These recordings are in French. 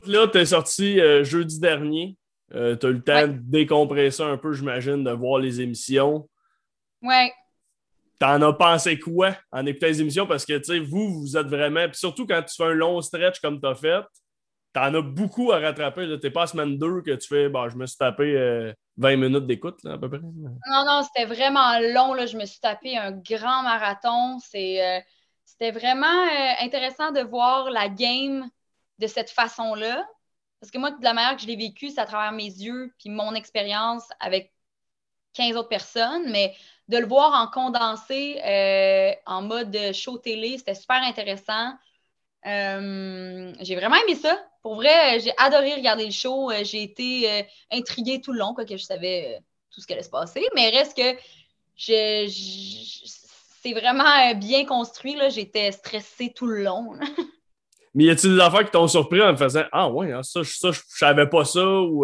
là, t'es sorti jeudi dernier. T'as eu le temps Ouais, de décompresser un peu, j'imagine, de voir les émissions. ouais. T'en as pensé quoi en écoutant les émissions? Parce que, tu sais, vous êtes vraiment... Puis surtout quand tu fais un long stretch comme t'as fait, t'en as beaucoup à rattraper. Là. T'es pas à semaine 2 que tu fais, bah, je me suis tapé 20 minutes d'écoute, là, à peu près. Non, non, c'était vraiment long, là. Je me suis tapé un grand marathon. C'était vraiment intéressant de voir la game de cette façon-là. Parce que moi, de la manière que je l'ai vécu, c'est à travers mes yeux puis mon expérience avec 15 autres personnes. Mais de le voir en condensé, en mode show télé, c'était super intéressant. J'ai vraiment aimé ça. Pour vrai, j'ai adoré regarder le show. J'ai été intriguée tout le long, quoique je savais tout ce qui allait se passer. Mais reste que c'est vraiment bien construit. Là. J'étais stressée tout le long. Mais y a-t-il des affaires qui t'ont surpris en me faisant ah ouais, hein, ça je savais pas ça ou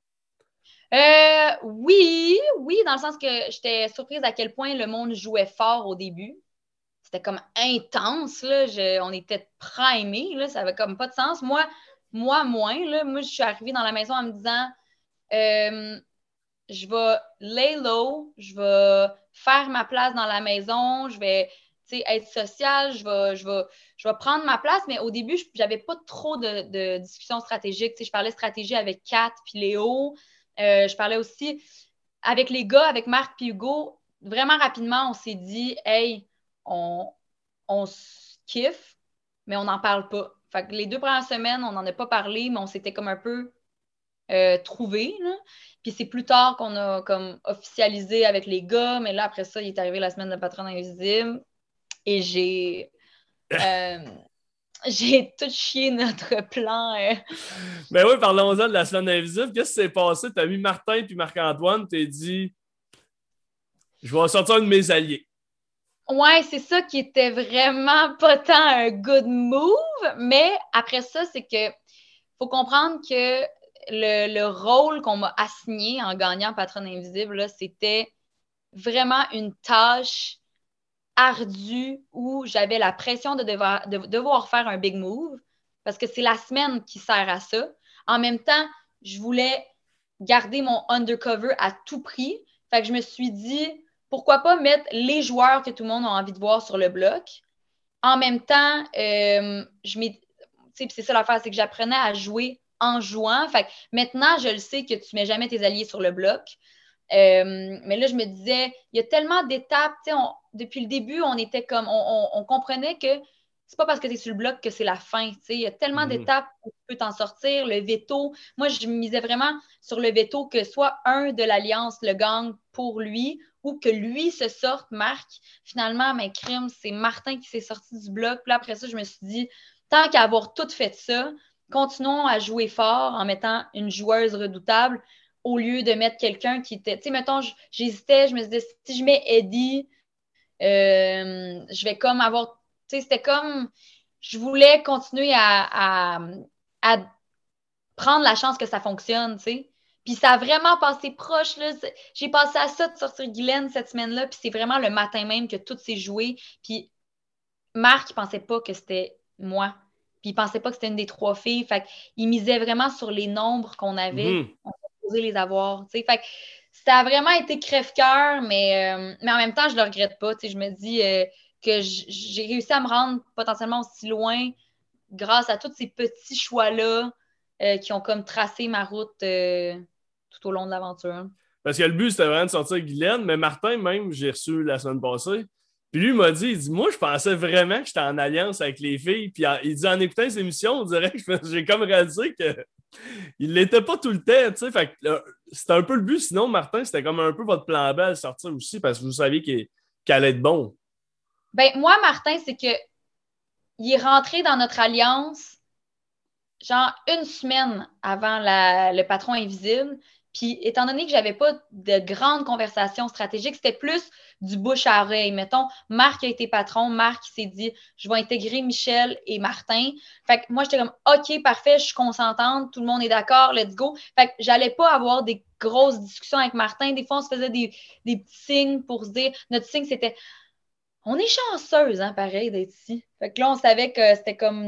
Oui, oui, dans le sens que j'étais surprise à quel point le monde jouait fort au début. C'était comme intense, là. On était primés, là. Ça avait comme pas de sens. Moi moins, là. Moi, je suis arrivée dans la maison en me disant euh, je vais lay low, je vais faire ma place dans la maison, je vais être sociale, je vais prendre ma place, mais au début, j'avais pas trop de discussions stratégiques. Je parlais stratégie avec Kat puis Léo. Je parlais aussi avec les gars, avec Marc puis Hugo. Vraiment rapidement, on s'est dit, hey, on, on se kiffe, mais on n'en parle pas. Fait que les 2 premières semaines, on n'en a pas parlé, mais on s'était comme un peu trouvé. Là. Puis c'est plus tard qu'on a comme officialisé avec les gars, mais là, après ça, il est arrivé la semaine de Patron Invisible et euh, j'ai tout chié notre plan. ben oui, parlons-en de la semaine invisible. Qu'est-ce qui s'est passé? T'as mis Martin puis Marc-Antoine, t'es dit je vais sortir un de mes alliés. Ouais, c'est ça qui était vraiment pas tant un good move, mais après ça, c'est que faut comprendre que le rôle qu'on m'a assigné en gagnant Patron Invisible, là, c'était vraiment une tâche ardue où j'avais la pression de devoir faire un big move parce que c'est la semaine qui sert à ça. En même temps, je voulais garder mon undercover à tout prix. Fait que je me suis dit, pourquoi pas mettre les joueurs que tout le monde a envie de voir sur le bloc. En même temps, c'est ça l'affaire, c'est que j'apprenais à jouer en jouant. Fait que maintenant, je le sais que tu mets jamais tes alliés sur le bloc. Mais là, je me disais, il y a tellement d'étapes. Depuis le début, on était comme, on comprenait que c'est pas parce que tu es sur le bloc que c'est la fin. Il y a tellement Mhm. d'étapes où tu peux t'en sortir. Le veto, moi, je misais vraiment sur le veto que soit un de l'Alliance le gagne pour lui ou que lui se sorte, Marc. Finalement, mes crimes, c'est Martin qui s'est sorti du bloc. Puis là, après ça, je me suis dit, tant qu'à avoir tout fait ça, continuons à jouer fort en mettant une joueuse redoutable au lieu de mettre quelqu'un qui était. Tu sais, mettons, j'hésitais, je me disais, si je mets Eddie, je vais comme avoir. Tu sais, c'était comme. Je voulais continuer à prendre la chance que ça fonctionne, tu sais. Puis ça a vraiment passé proche, là. J'ai passé à ça de sortir Guylaine cette semaine-là, puis c'est vraiment le matin même que tout s'est joué. Puis Marc, il pensait pas que c'était moi. Puis il pensait pas que c'était une des 3 filles. Fait qu'il misait vraiment sur les nombres qu'on avait. Mhm. On supposé les avoir. T'sais. Fait que ça a vraiment été crève-cœur, mais en même temps, je le regrette pas. T'sais. Je me dis que j'ai réussi à me rendre potentiellement aussi loin grâce à tous ces petits choix-là qui ont comme tracé ma route tout au long de l'aventure. Parce que le but, c'était vraiment de sortir Guylaine, mais Martin, même, j'ai reçu la semaine passée. Puis lui, il m'a dit, il dit, moi, je pensais vraiment que j'étais en alliance avec les filles. Puis il dit, en écoutant ces émissions, on dirait que j'ai comme réalisé que il l'était pas tout le temps, tu sais. Fait que c'était un peu le but. Sinon, Martin, c'était comme un peu votre plan B à le sortir aussi parce que vous saviez qu'il allait être bon. Ben, moi, Martin, c'est que il est rentré dans notre alliance genre une semaine avant le patron invisible. Puis, étant donné que j'avais pas de grandes conversations stratégiques, c'était plus du bouche à oreille. Mettons, Marc a été patron, Marc s'est dit, je vais intégrer Michel et Martin. Fait que moi, j'étais comme, OK, parfait, je suis consentante, tout le monde est d'accord, let's go. Fait que j'allais pas avoir des grosses discussions avec Martin. Des fois, on se faisait des petits signes pour se dire, notre signe, c'était, on est chanceuse, hein, pareil, d'être ici. Fait que là, on savait que c'était comme,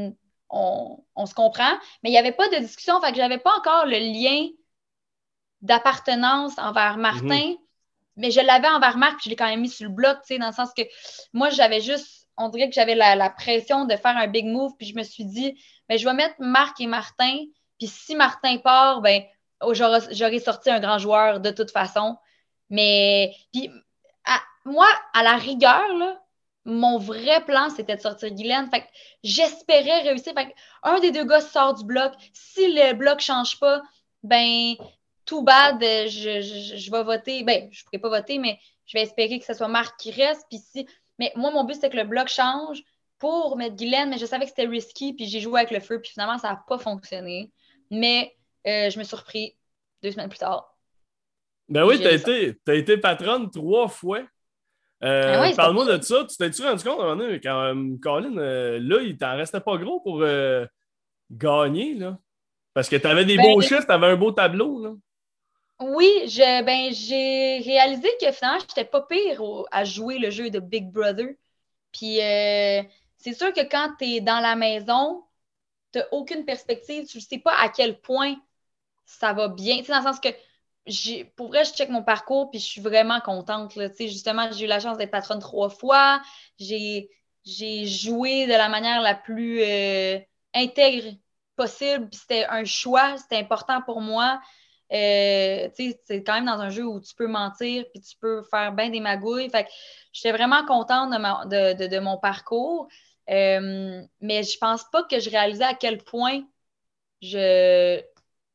on se comprend. Mais il n'y avait pas de discussion, fait que j'avais pas encore le lien d'appartenance envers Mhm. Martin, mais je l'avais envers Marc, puis je l'ai quand même mis sur le bloc, tu sais, dans le sens que moi, j'avais juste, on dirait que j'avais la pression de faire un big move, puis je me suis dit, ben, je vais mettre Marc et Martin, puis si Martin part, ben, j'aurais sorti un grand joueur de toute façon. Mais, puis, moi, à la rigueur, là, mon vrai plan, c'était de sortir Guylaine. Fait que j'espérais réussir. Fait que un des deux gars sort du bloc. Si le bloc ne change pas, ben, tout bad, je vais voter. Ben, je ne pourrais pas voter, mais je vais espérer que ce soit Marc qui reste. Puis si... Mais moi, mon but, c'était que le bloc change pour mettre Guylaine, mais je savais que c'était risky, puis j'ai joué avec le feu, puis finalement, ça n'a pas fonctionné. Mais je me suis surpris 2 semaines plus tard. Ben Puis oui, je l'ai sorti. t'as été patronne 3 fois. Ah ouais, c'était Parle-moi de ça. Tu t'es-tu rendu compte à un moment donné, quand Colin, là, il t'en restait pas gros pour gagner, là? Parce que t'avais des beaux ben, chiffres, t'avais un beau tableau, là. oui, j'ai réalisé que finalement, j'étais pas pire à jouer le jeu de Big Brother. Puis c'est sûr que quand tu es dans la maison, tu n'as aucune perspective, tu ne sais pas à quel point ça va bien. Tu sais, dans le sens que pour vrai, je check mon parcours puis je suis vraiment contente. Là. Tu sais, justement, j'ai eu la chance d'être patronne 3 fois. J'ai, j'ai joué de la manière la plus intègre possible. Puis c'était un choix, c'était important pour moi. Tu sais, c'est quand même dans un jeu où tu peux mentir puis tu peux faire bien des magouilles. Fait que j'étais vraiment contente de mon parcours. Mais je pense pas que je réalisais à quel point je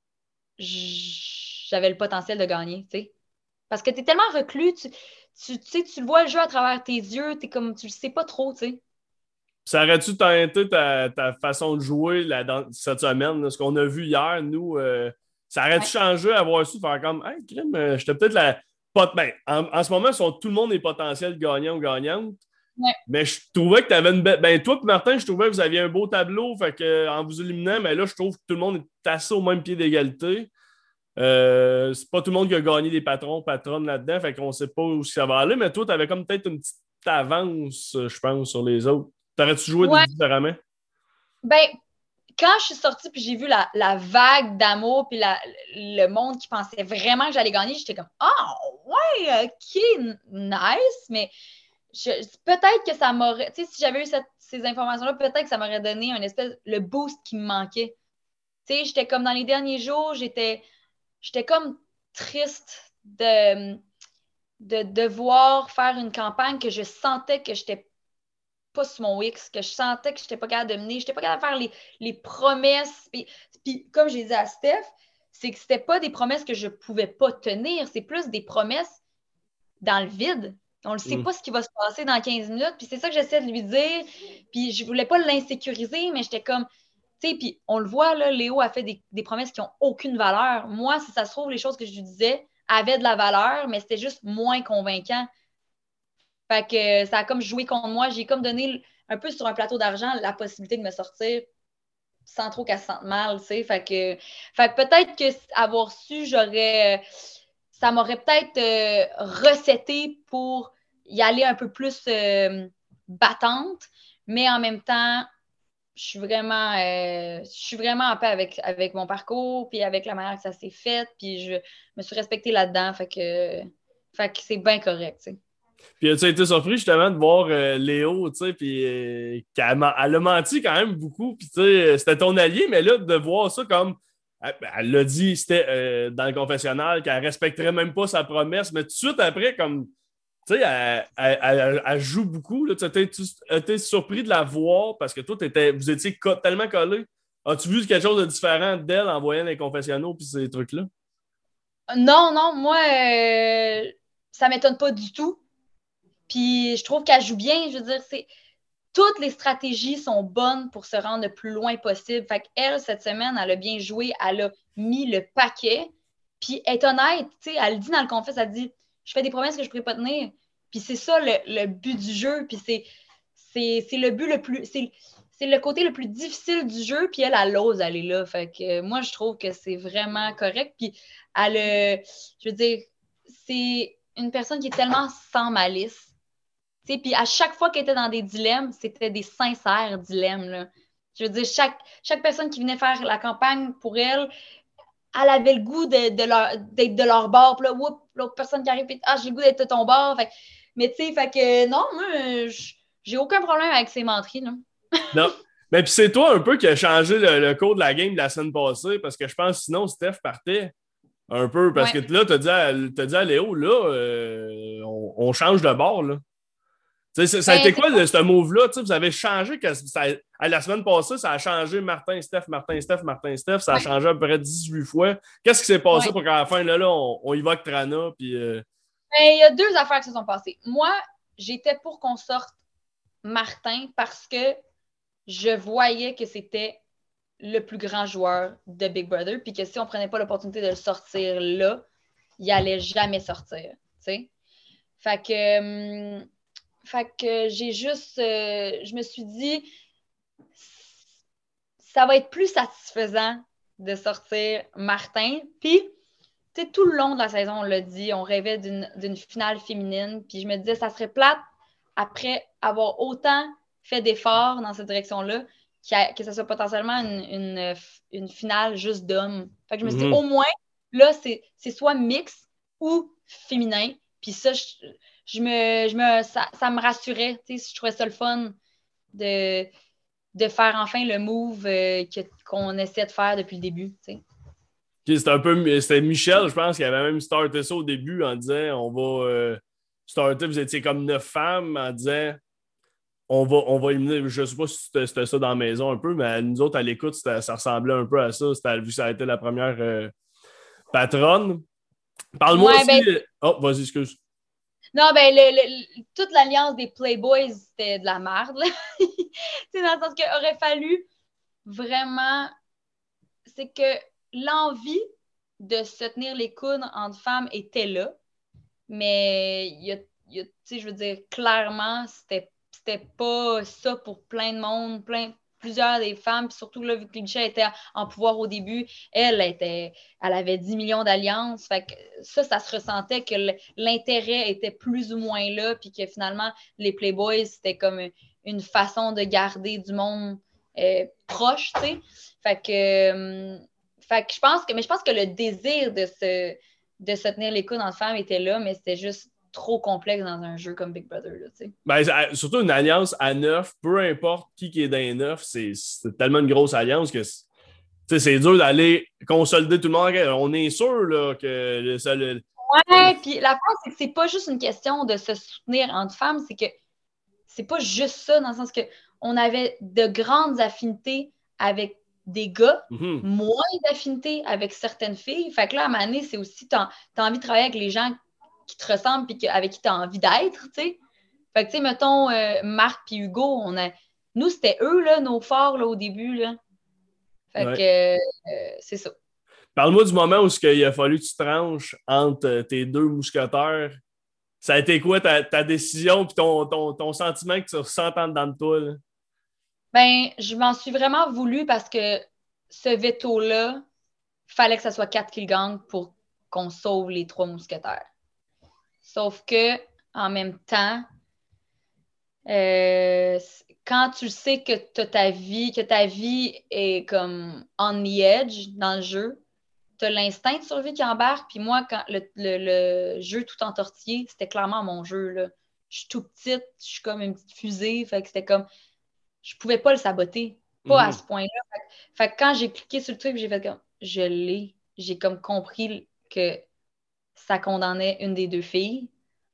j'avais le potentiel de gagner, tu sais. Parce que tu es tellement reclus, tu sais, tu le vois le jeu à travers tes yeux, t'es comme, tu le sais pas trop, tu sais. Ça aurait-tu teinté ta façon de jouer cette semaine, là? Ce qu'on a vu hier, nous, ça aurait-tu Ouais. changé à voir ça, faire comme, hey, crime, j'étais peut-être la. Pas, ben, en ce moment, tout le monde est potentiel gagnant ou gagnante. Ouais. Mais je trouvais que tu avais une belle. Ben, toi et Martin, je trouvais que vous aviez un beau tableau. Fait que, en vous éliminant, mais là, je trouve que tout le monde est assez au même pied d'égalité. C'est pas tout le monde qui a gagné des patrons, patronnes là-dedans. Fait qu'on sait pas où ça va aller. Mais toi, tu avais comme peut-être une petite avance, je pense, sur les autres. T'aurais-tu joué Ouais. différemment? Ben, quand je suis sortie puis j'ai vu la vague d'amour puis le monde qui pensait vraiment que j'allais gagner, j'étais comme, ah, ouais, ok, nice, mais peut-être que ça m'aurait, tu sais, si j'avais eu ces informations-là, peut-être que ça m'aurait donné un espèce, le boost qui me manquait. Tu sais, j'étais comme dans les derniers jours, j'étais comme triste de devoir faire une campagne que je sentais que j'étais pas sur mon X, que je sentais que j'étais pas capable de mener, j'étais pas capable de faire les promesses. Puis comme j'ai dit à Steph, c'est que c'était pas des promesses que je pouvais pas tenir, c'est plus des promesses dans le vide. On ne sait Hmm. pas ce qui va se passer dans 15 minutes. Puis c'est ça que j'essaie de lui dire. Puis je voulais pas l'insécuriser, mais j'étais comme, tu sais, puis on le voit, là, Léo a fait des promesses qui n'ont aucune valeur. Moi, si ça se trouve, les choses que je lui disais avaient de la valeur, mais c'était juste moins convaincant. Fait que ça a comme joué contre moi. J'ai comme donné un peu sur un plateau d'argent la possibilité de me sortir sans trop qu'elle se sente mal, tu sais. Fait que peut-être que avoir su, ça m'aurait peut-être recetté pour y aller un peu plus battante, mais en même temps, je suis vraiment en paix avec mon parcours, puis avec la manière que ça s'est fait, puis je me suis respectée là-dedans, fait que c'est bien correct, tu sais. Puis as-tu été surpris justement de voir Léo, tu sais, puis elle a menti quand même beaucoup, puis tu sais, c'était ton allié, mais là, de voir ça comme. Elle l'a dit, c'était dans le confessionnal, qu'elle respecterait même pas sa promesse, mais tout de suite après, comme. Tu sais, elle joue beaucoup. Là. Tu as été surpris de la voir parce que toi, vous étiez tellement collés. As-tu vu quelque chose de différent d'elle en voyant les confessionnaux puis ces trucs-là? Non, non, moi, ça m'étonne pas du tout. Puis je trouve qu'elle joue bien. Je veux dire, toutes les stratégies sont bonnes pour se rendre le plus loin possible. Fait qu'elle, cette semaine, elle a bien joué. Elle a mis le paquet. Puis elle est honnête. Tu sais, elle dit dans le confesse, elle dit, je fais des promesses que je ne pourrais pas tenir. Puis c'est ça le but du jeu. Puis c'est le but le plus. C'est le côté le plus difficile du jeu, puis elle ose aller là. Fait que moi, je trouve que c'est vraiment correct. Puis je veux dire, c'est une personne qui est tellement sans malice. Puis à chaque fois qu'elle était dans des dilemmes, c'était des sincères dilemmes. Là. Je veux dire, chaque personne qui venait faire la campagne pour elle, elle avait le goût d'être de leur bord. Puis là, whoop, l'autre personne qui arrive, puis j'ai le goût d'être de ton bord. Fait, mais tu sais, fait que non, moi, j'ai aucun problème avec ces menteries. Là. Non. Mais puis c'est toi un peu qui a changé le cours de la game de la semaine passée, parce que je pense que sinon, Steph partait un peu. Parce Ouais. que là, t'as dit à Léo, là, on change de bord, là. Ça a Ben, été quoi ce move-là? Vous avez changé à la semaine passée, ça a changé Martin, Steph, Martin, Steph, Martin, Steph. Ça a ouais, changé à peu près 18 fois. Qu'est-ce qui s'est passé ouais. pour qu'à la fin, là, on y va avec Trana? Puis, Ben, il y a 2 affaires qui se sont passées. Moi, j'étais pour qu'on sorte Martin parce que je voyais que c'était le plus grand joueur de Big Brother, puis que si on prenait pas l'opportunité de le sortir là, il allait jamais sortir. T'sais? Fait que, j'ai juste, je me suis dit, ça va être plus satisfaisant de sortir Martin. Puis, tu sais, tout le long de la saison, on l'a dit, on rêvait d'une finale féminine. Puis je me disais, ça serait plate après avoir autant fait d'efforts dans cette direction-là, que ça soit potentiellement une finale juste d'hommes. Fait que je me suis dit, au moins, là, c'est soit mix ou féminin. Puis ça, ça me rassurait. Je trouvais ça le fun de faire enfin le move qu'on essaie de faire depuis le début. T'sais. c'était Michel, je pense, qui avait même starté ça au début en disant on va starter, vous étiez comme 9 femmes, en disant on va éliminer. Je ne sais pas si c'était ça dans la maison un peu, mais nous autres, à l'écoute, ça ressemblait un peu à ça. Vu que ça a été la première patronne. Parle-moi Ouais, aussi. ben, Oh, vas-y, excuse. non, ben, toute l'alliance des Playboys, c'était de la merde. Dans le sens qu'il aurait fallu vraiment. C'est que l'envie de se tenir les coudes entre femmes était là. Mais je veux dire, clairement, c'était pas ça pour plein de monde, plusieurs des femmes, puis surtout là, vu que Michelle était en pouvoir au début, elle avait 10 millions d'alliances. Fait que ça se ressentait que l'intérêt était plus ou moins là, puis que finalement, les Playboys, c'était comme une façon de garder du monde proche, tu sais. Fait que je pense que le désir de se tenir les coudes entre femmes était là, mais c'était juste trop complexe dans un jeu comme Big Brother. Là, Ben, surtout une alliance à 9, peu importe qui est dans les 9, c'est tellement une grosse alliance que c'est dur d'aller consolider tout le monde. On est sûr là, que ouais, puis la fin, c'est que c'est pas juste une question de se soutenir entre femmes, c'est que c'est pas juste ça, dans le sens que on avait de grandes affinités avec des gars, moins d'affinités avec certaines filles. Fait que là, à un moment donné, c'est aussi, t'as envie de travailler avec les gens qui te ressemblent et avec qui tu as envie d'être, tu sais. Fait que, tu sais, mettons, Marc puis Hugo, nous, c'était eux, là, nos forts, là, au début, là. Fait ouais. que, c'est ça. Parle-moi du moment où il a fallu que tu tranches entre tes 2 mousquetaires. Ça a été quoi ta décision et ton sentiment que tu ressens en dedans de toi? Là? Ben, je m'en suis vraiment voulu parce que ce veto-là, fallait que ça soit 4 qui le gagnent pour qu'on sauve les 3 mousquetaires. Sauf que, en même temps, quand tu sais que ta vie est comme on the edge dans le jeu, tu as l'instinct de survie qui embarque. Puis moi, quand le jeu tout entortillé, c'était clairement mon jeu. Là. Je suis tout petite, je suis comme une petite fusée. Fait que c'était comme. Je pouvais pas le saboter. Pas à ce point-là. Fait que quand j'ai cliqué sur le truc, j'ai fait comme. Je l'ai. J'ai comme compris que ça condamnait une des 2 filles.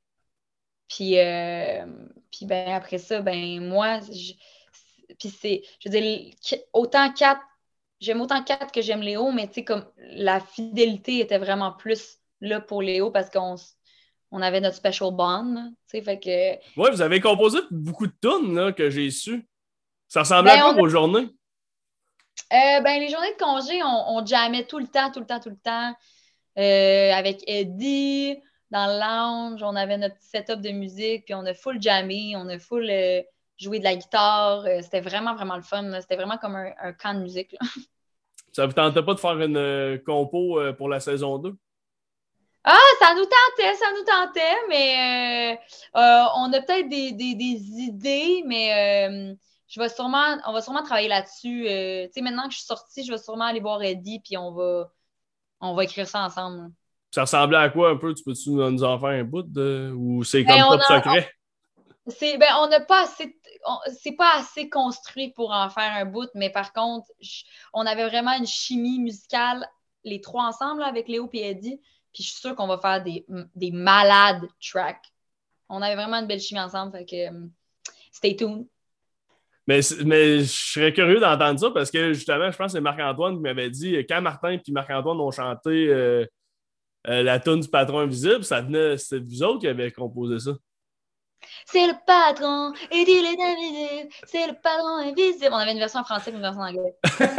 Puis ben, après ça, ben moi, puis je veux dire, j'aime autant Kat que j'aime Léo, mais tu sais, comme la fidélité était vraiment plus là pour Léo parce qu'on avait notre special bond, tu sais, fait que... Ouais, vous avez composé beaucoup de tunes là, que j'ai su. Ça ressemblait à Ben, quoi vos journées? ben, les journées de congé, on jammait tout le temps, tout le temps, tout le temps. Avec Eddie, dans le lounge, on avait notre petit setup de musique, puis on a full jammé, on a full joué de la guitare. C'était vraiment, vraiment le fun. Là. C'était vraiment comme un camp de musique. Là. Ça vous tentait pas de faire une compo pour la saison 2? Ah, ça nous tentait, mais on a peut-être des idées, mais on va sûrement travailler là-dessus. Tu sais, maintenant que je suis sortie, je vais sûrement aller voir Eddie, puis on va écrire ça ensemble. Ça ressemblait à quoi un peu? Tu peux-tu nous en faire un bout ou c'est Ben, comme pas de secret? on n'a pas assez, c'est pas assez construit pour en faire un bout, mais par contre, on avait vraiment une chimie musicale, les trois ensemble, là, avec Léo et Eddie, puis je suis sûre qu'on va faire des malades tracks. On avait vraiment une belle chimie ensemble, fait que stay tuned. Mais je serais curieux d'entendre ça parce que justement, je pense que c'est Marc-Antoine qui m'avait dit quand Martin et Marc-Antoine ont chanté la tune du patron invisible, c'était vous autres qui avez composé ça. C'est le patron, et il est invisible, c'est le patron invisible. On avait une version en français et une version en anglais.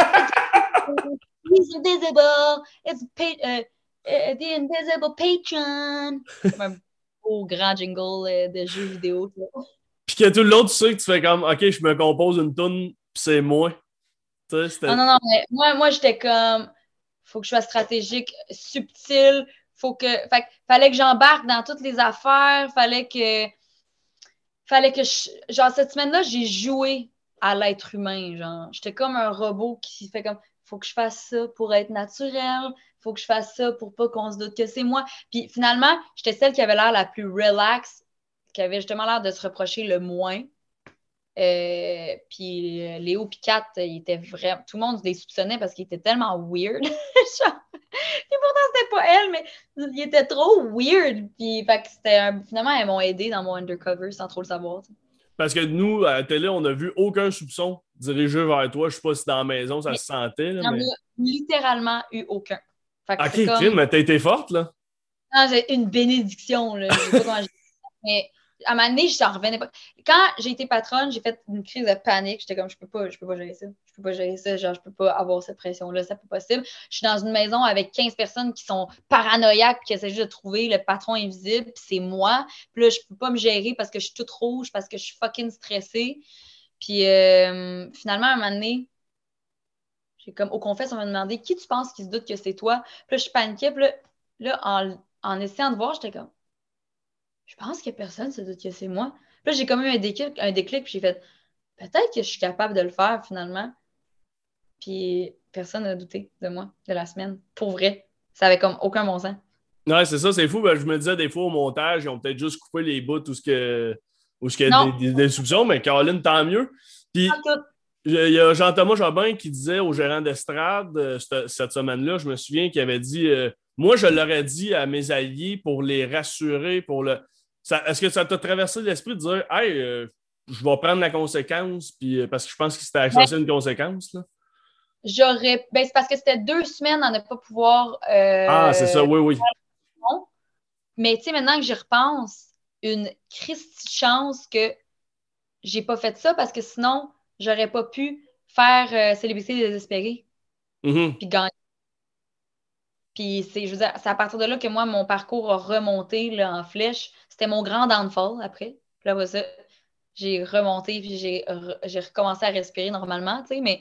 He's invisible, it's the invisible patron. Comme un beau grand jingle de jeux vidéo. Puis que tout le long, tu sais que tu fais comme OK, je me compose une tune, puis c'est moi. Tu sais, Ah non, non, mais moi j'étais comme faut que je sois stratégique, subtil, fallait que j'embarque dans toutes les affaires, genre, cette semaine-là, j'ai joué à l'être humain, genre. J'étais comme un robot qui fait comme, faut que je fasse ça pour être naturel, faut que je fasse ça pour pas qu'on se doute que c'est moi. Puis finalement, j'étais celle qui avait l'air la plus relax, qui avait justement l'air de se reprocher le moins. Puis Léo et Kat, ils étaient vraiment... Tout le monde les soupçonnait parce qu'ils étaient tellement weird. Genre, et pourtant, c'était pas elle, mais ils étaient trop weird. Puis fait que finalement, elles m'ont aidé dans mon undercover sans trop le savoir. T'sais. parce que nous, à la télé, on n'a vu aucun soupçon dirigé vers toi. Je sais pas si dans la maison, ça Mais se sentait, là, il n'y en mais. a littéralement eu aucun. Fait que c'est OK, crime, comme. mais t'as été forte, là. Non, j'ai une bénédiction, là. Je sais pas comment je mais à un moment donné, je n'en revenais pas. Quand j'ai été patronne, j'ai fait une crise de panique. J'étais comme, je peux pas gérer ça. Je peux pas gérer ça. Genre, je peux pas avoir cette pression-là. C'est pas possible. Je suis dans une maison avec 15 personnes qui sont paranoïaques qui essaient juste de trouver le patron invisible. Puis c'est moi. Puis là, je peux pas me gérer parce que je suis toute rouge, parce que je suis fucking stressée. Puis finalement, à un moment donné, j'ai comme, au confesse, on m'a demandé qui tu penses qui se doute que c'est toi. Puis là, je paniquais. Puis là en essayant de voir, j'étais comme, je pense que personne se doute que c'est moi. Puis là, j'ai comme eu un déclic, puis j'ai fait peut-être que je suis capable de le faire finalement. Puis personne n'a douté de moi de la semaine. Pour vrai. Ça avait comme aucun bon sens. Ouais, c'est ça, c'est fou. Ben, je me disais, des fois, au montage, ils ont peut-être juste coupé les bouts où il y a Non, des soupçons, mais Caroline, tant mieux. pas Puis, tout. il y a Jean-Thomas Jobin qui disait au gérant d'estrade cette semaine-là, je me souviens qu'il avait dit moi, je l'aurais dit à mes alliés pour les rassurer, Est-ce que ça t'a traversé l'esprit de dire hey, je vais prendre la conséquence, puis parce que je pense qu'il s'était Ben, associé à une conséquence, là. c'est parce que c'était 2 semaines à ne pas pouvoir. Ah, c'est ça, oui, oui. Mais tu sais, maintenant que j'y repense, une Christie chance que j'ai pas fait ça parce que sinon, j'aurais pas pu faire Célébrité désespérée Mhm. puis gagner. Puis je veux dire, c'est à partir de là que moi, mon parcours a remonté là, en flèche. C'était mon grand downfall après. Puis là, après ça, j'ai remonté, puis j'ai recommencé à respirer normalement, tu sais, mais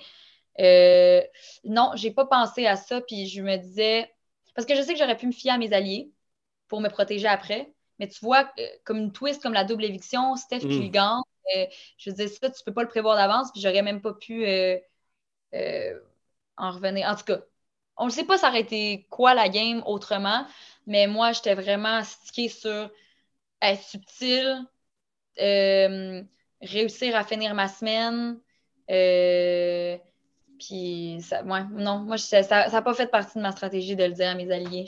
non, j'ai pas pensé à ça, puis je me disais, parce que je sais que j'aurais pu me fier à mes alliés pour me protéger après, mais tu vois, comme une twist, comme la double éviction, Steph qui le Mhm. gagne, je veux dire, ça, tu peux pas le prévoir d'avance, puis j'aurais même pas pu euh, en revenir. En tout cas, on ne sait pas ça aurait été quoi la game autrement, mais moi, j'étais vraiment stickée sur être subtil, euh, réussir à finir ma semaine. euh, puis, non, moi, ça n'a pas fait partie de ma stratégie de le dire à mes alliés.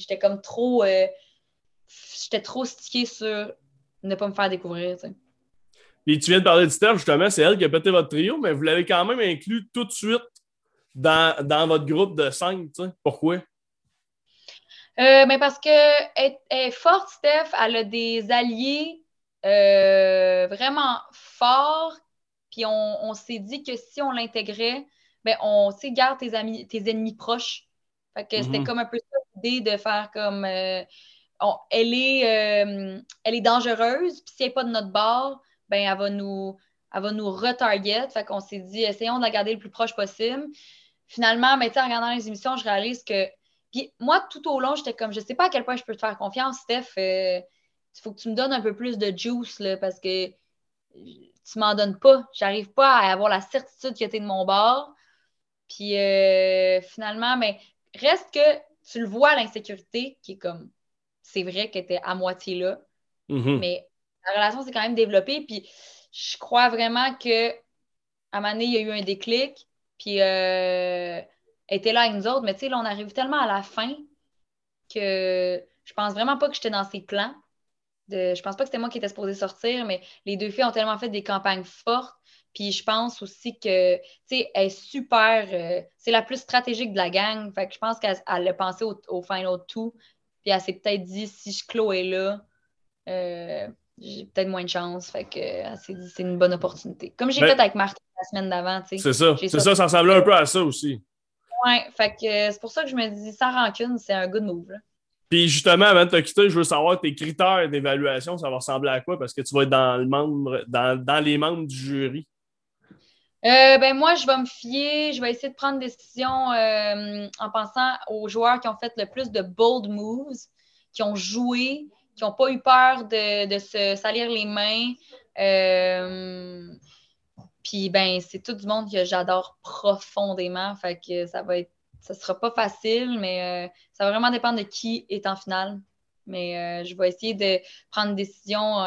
J'étais trop stickée sur ne pas me faire découvrir. Tu sais. Puis tu viens de parler de Steph, justement, c'est elle qui a pété votre trio, mais vous l'avez quand même inclus tout de suite dans votre groupe de 5, tu sais. Pourquoi? Mais parce que elle est forte, Steph, elle a des alliés vraiment forts. Puis on s'est dit que si on l'intégrait, ben on garde tes ennemis proches. Fait que c'était Mhm. comme un peu ça l'idée de faire comme elle est dangereuse, puis si elle n'est pas de notre bord, ben elle va nous retarget. Fait qu'on s'est dit, essayons de la garder le plus proche possible. Finalement, ben, en regardant les émissions, je réalise que puis moi, tout au long, j'étais comme, je sais pas à quel point je peux te faire confiance, Steph. Il faut que tu me donnes un peu plus de juice, là, parce que, tu tu m'en donnes pas. J'arrive pas à avoir la certitude que tu es de mon bord. Puis finalement, mais reste que tu le vois, l'insécurité, qui est comme, c'est vrai que tu es à moitié là, mais la relation s'est quand même développée. Puis je crois vraiment que à un moment donné, il y a eu un déclic. Puis elle était là avec nous autres. Mais tu sais, là, on arrive tellement à la fin que je pense vraiment pas que j'étais dans ses plans. Je pense pas que c'était moi qui étais supposée sortir, mais les deux filles ont tellement fait des campagnes fortes. Puis je pense aussi que, tu sais, elle est super. C'est la plus stratégique de la gang. Fait que je pense qu'elle a pensé au final two. Puis elle s'est peut-être dit, si je Chloé est là, j'ai peut-être moins de chance. Fait que elle s'est dit, c'est une bonne opportunité. Comme j'ai fait Ben, avec Martha la semaine d'avant, tu sais. c'est ça. J'ai C'est ça, ça ressemblait un peu à ça aussi. Ouais, fait que c'est pour ça que je me dis, sans rancune, c'est un good move, là. Puis justement, avant de te quitter, je veux savoir tes critères d'évaluation, ça va ressembler à quoi? Parce que tu vas être dans les membres du jury. Ben moi, je vais me fier, je vais essayer de prendre des décisions en pensant aux joueurs qui ont fait le plus de bold moves, qui ont joué, qui n'ont pas eu peur de se salir les mains. Puis ben, c'est tout du monde que j'adore profondément. Fait que ça sera pas facile, mais ça va vraiment dépendre de qui est en finale. Mais je vais essayer de prendre une décision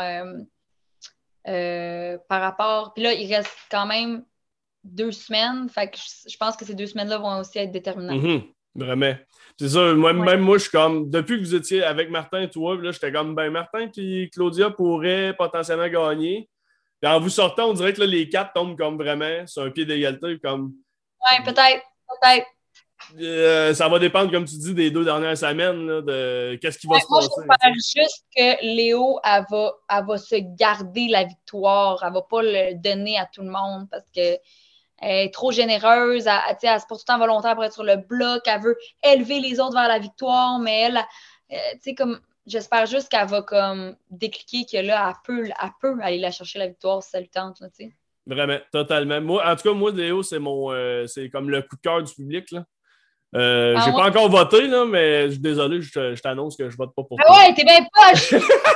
par rapport. Puis là, il reste quand même 2 semaines. Fait que je pense que ces 2 semaines-là vont aussi être déterminantes. Vraiment. C'est ça, moi, Ouais. même moi, je suis comme, depuis que vous étiez avec Martin et toi, là, j'étais comme, ben Martin puis Claudia pourraient potentiellement gagner. Puis en vous sortant, on dirait que là, les quatre tombent comme vraiment sur un pied d'égalité. Comme, Ouais, peut-être, peut-être. ça va dépendre, comme tu dis, des 2 dernières semaines, là, de qu'est-ce qui va Ouais, se moi, passer. j'espère juste que Léo, elle va se garder la victoire. Elle va pas le donner à tout le monde parce que elle est trop généreuse. Elle se porte tout le temps volontaire pour être sur le bloc. Elle veut élever les autres vers la victoire, mais elle, tu sais, comme, j'espère juste qu'elle va comme décliquer que là, elle peut aller la chercher la victoire si ça lui tente, là, tu sais. Vraiment, totalement. Moi, en tout cas, moi, Léo, c'est comme le coup de cœur du public, là. Ah J'ai ouais? pas encore voté, là, mais je suis désolé, je t'annonce que je vote pas pour Ah toi. ouais, t'es bien poche!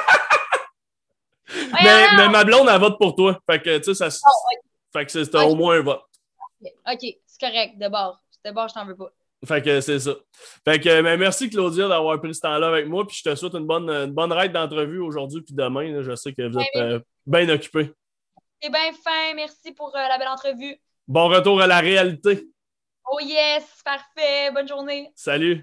Mais Voyons ma blonde, elle vote pour toi. Fait que, tu sais, donc! fait que c'est OK, au moins un vote. OK, c'est correct, de bord. De bord, je t'en veux pas. Fait que c'est ça. Fait que mais merci Claudia d'avoir pris ce temps-là avec moi. Puis je te souhaite une bonne ride d'entrevue aujourd'hui puis demain, là. Je sais que vous êtes bien occupés. T'es bien fin, merci pour la belle entrevue. Bon retour à la réalité. Oh yes, parfait, bonne journée. Salut!